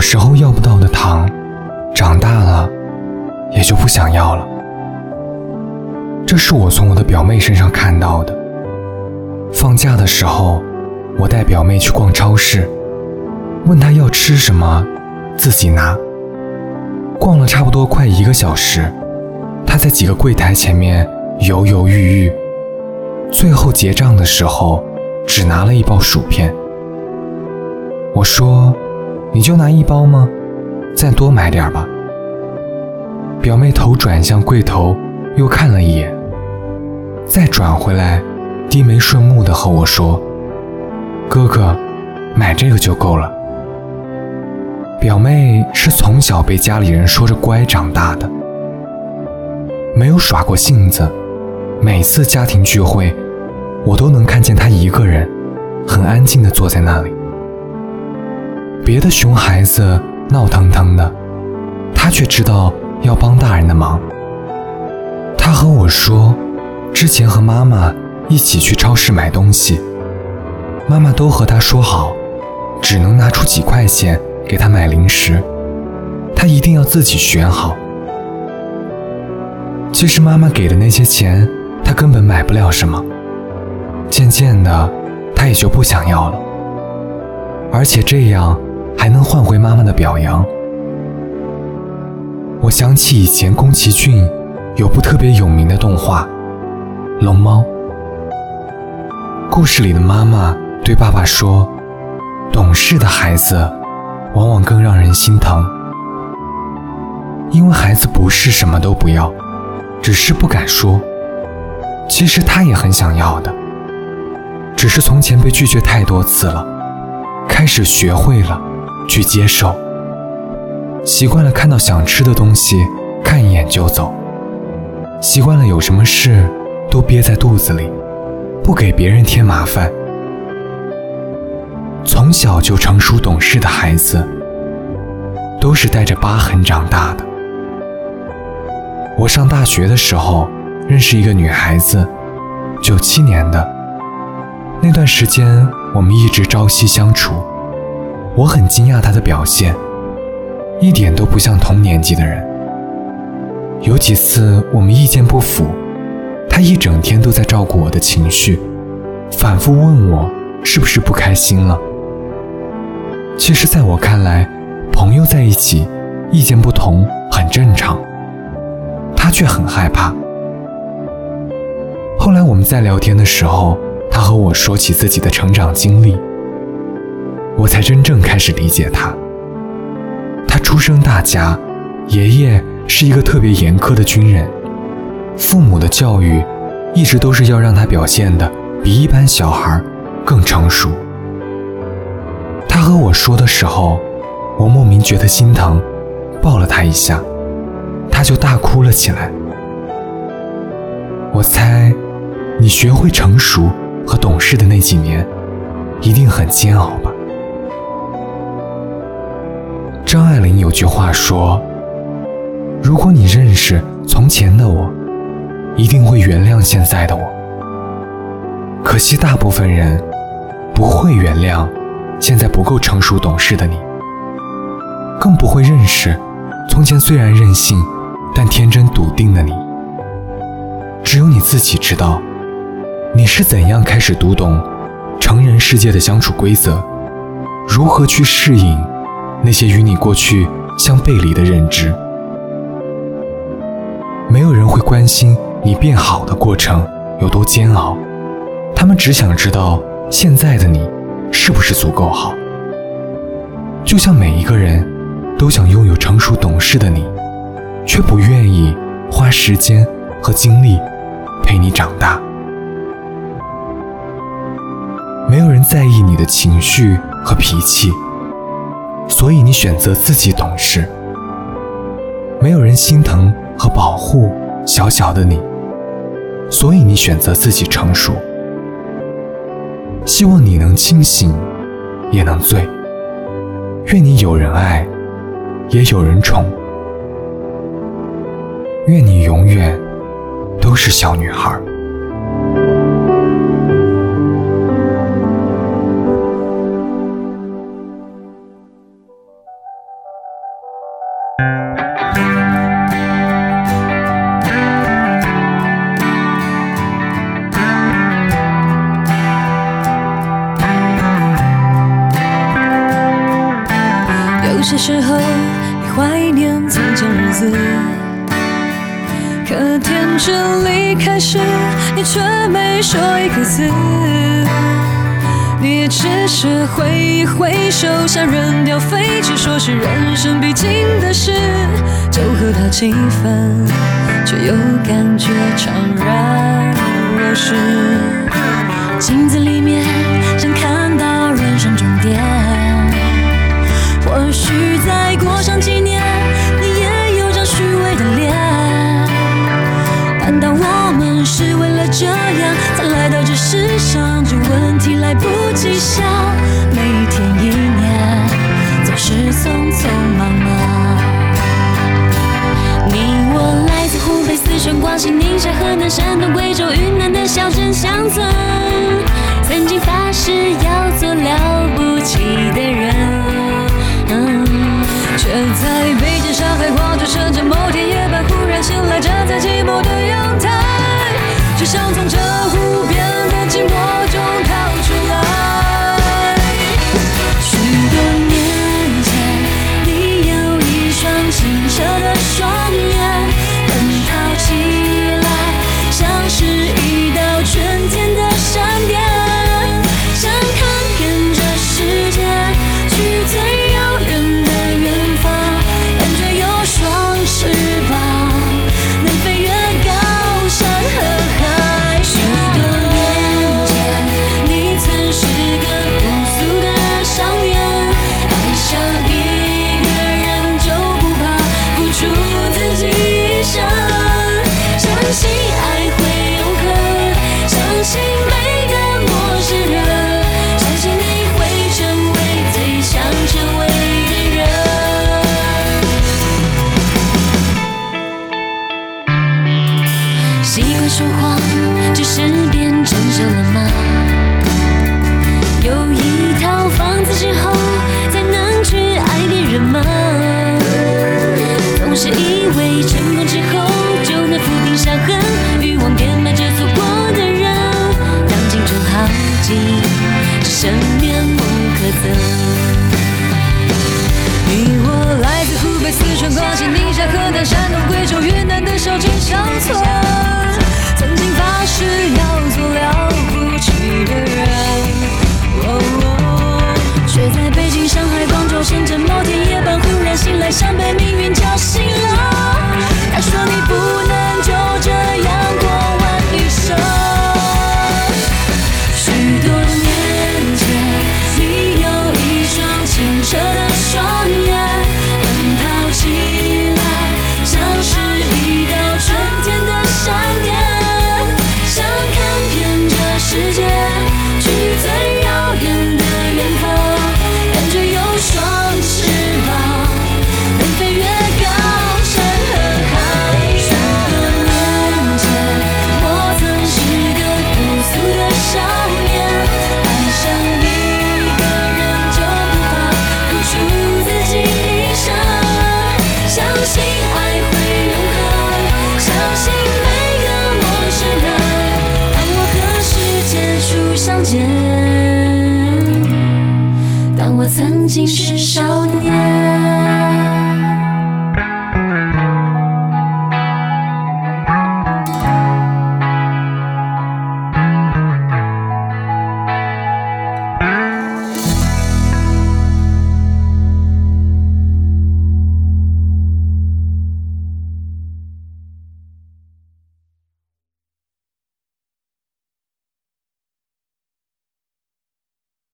时候要不到的糖，长大了也就不想要了。这是我从我的表妹身上看到的。放假的时候，我带表妹去逛超市，问她要吃什么，自己拿。逛了差不多快1个小时，她在几个柜台前面犹犹豫豫，最后结账的时候只拿了1包薯片。我说，你就拿1包吗？再多买点吧。表妹头转向柜头，又看了一眼，再转回来，低眉顺目地和我说，哥哥，买这个就够了。表妹是从小被家里人说着乖长大的，没有耍过性子，每次家庭聚会，我都能看见她一个人很安静地坐在那里。别的熊孩子闹腾腾的，她却知道要帮大人的忙。她和我说，之前和妈妈一起去超市买东西，妈妈都和她说好，只能拿出几块钱给她买零食，她一定要自己选好。其实妈妈给的那些钱，她根本买不了什么，渐渐的，她也就不想要了，而且这样还能换回妈妈的表扬。我想起以前宫崎骏有部特别有名的动画《龙猫》，故事里的妈妈对爸爸说，懂事的孩子往往更让人心疼，因为孩子不是什么都不要，只是不敢说，其实他也很想要的，只是从前被拒绝太多次了，开始学会了去接受，习惯了看到想吃的东西看一眼就走，习惯了有什么事都憋在肚子里，不给别人添麻烦。从小就成熟懂事的孩子，都是带着疤痕长大的。我上大学的时候认识一个女孩子，97年的，那段时间我们一直朝夕相处，我很惊讶她的表现，一点都不像同年纪的人。有几次我们意见不符，她一整天都在照顾我的情绪，反复问我是不是不开心了。其实在我看来，朋友在一起意见不同很正常，她却很害怕。后来我们在聊天的时候，她和我说起自己的成长经历，我才真正开始理解她。她出生大家，爷爷是一个特别严苛的军人，父母的教育一直都是要让她表现得比一般小孩更成熟。她和我说的时候，我莫名觉得心疼，抱了她一下，她就大哭了起来。我猜你学会成熟和懂事的那几年一定很煎熬吧。张爱玲有句话说，如果你认识从前的我，一定会原谅现在的我。可惜大部分人不会原谅现在不够成熟懂事的你，更不会认识从前虽然任性但天真笃定的你。只有你自己知道，你是怎样开始读懂成人世界的相处规则，如何去适应那些与你过去相背离的认知。没有人会关心你变好的过程有多煎熬，他们只想知道现在的你是不是足够好。就像每一个人都想拥有成熟懂事的你，却不愿意花时间和精力陪你长大。没有人在意你的情绪和脾气，所以你选择自己懂事。没有人心疼和保护小小的你，所以你选择自己成熟。希望你能清醒，也能醉。愿你有人爱，也有人宠。愿你永远都是小女孩。 开始，你却没说一个字，你也只是挥一挥手，想扔掉废纸，说是人生必经的事，就和他几分，却又感觉怅然若失。镜子里面想看到人生终点，或许再过上几年，你也有张虚伪的脸。难道我们是为了这样才来到这世上？这问题来不及想，每一天一年总是匆匆忙忙。你我来自湖北、四川、广西、宁夏、河南、山东、贵州、云南的小镇乡村，曾经发誓要做了不起的人，却在北京、上海、广州、深圳某天夜半忽然醒来，站在寂寞的阳台，只想从这无边的寂寞中逃出来。许多年前，你有一双清澈的双眼，奔跑起来像是一道春天的闪电，想看遍这世界，去最遥远的远方，感觉有双翅膀，能飞越高山和海。许多年前，你曾是个朴素的少年，爱上一个人就不怕付出自己一生，相信爱会永恒，相信每个陌生人，相信你会成为最想成为的人。习惯说谎，只是变成熟了吗？有一套房子之后，才能去爱别人吗？总是以为成功之后就能抚平伤痕，欲望变卖着错过的人，当青春耗尽，只剩面目可憎。你我来自湖北、四川、广西、宁夏、河南、山东、贵州、云南的小镇乡村，曾经发誓要做了不起的人，却在北京、上海、广州、深圳某天夜半忽然醒来，像被命运叫醒了。他说你不能就这样过完一生。许多年前，你有一双清澈的双眼，奔跑起来像是一道春天的闪电，想看遍这世界，去最遥远的远方，感觉有双翅膀，能飞越高山和海。许多年前，我曾是个朴素的少年，爱上一个人就不怕付出自己一生，相信爱会永恒，相信每个陌生人，当我和世界初相见，当我曾经是少年。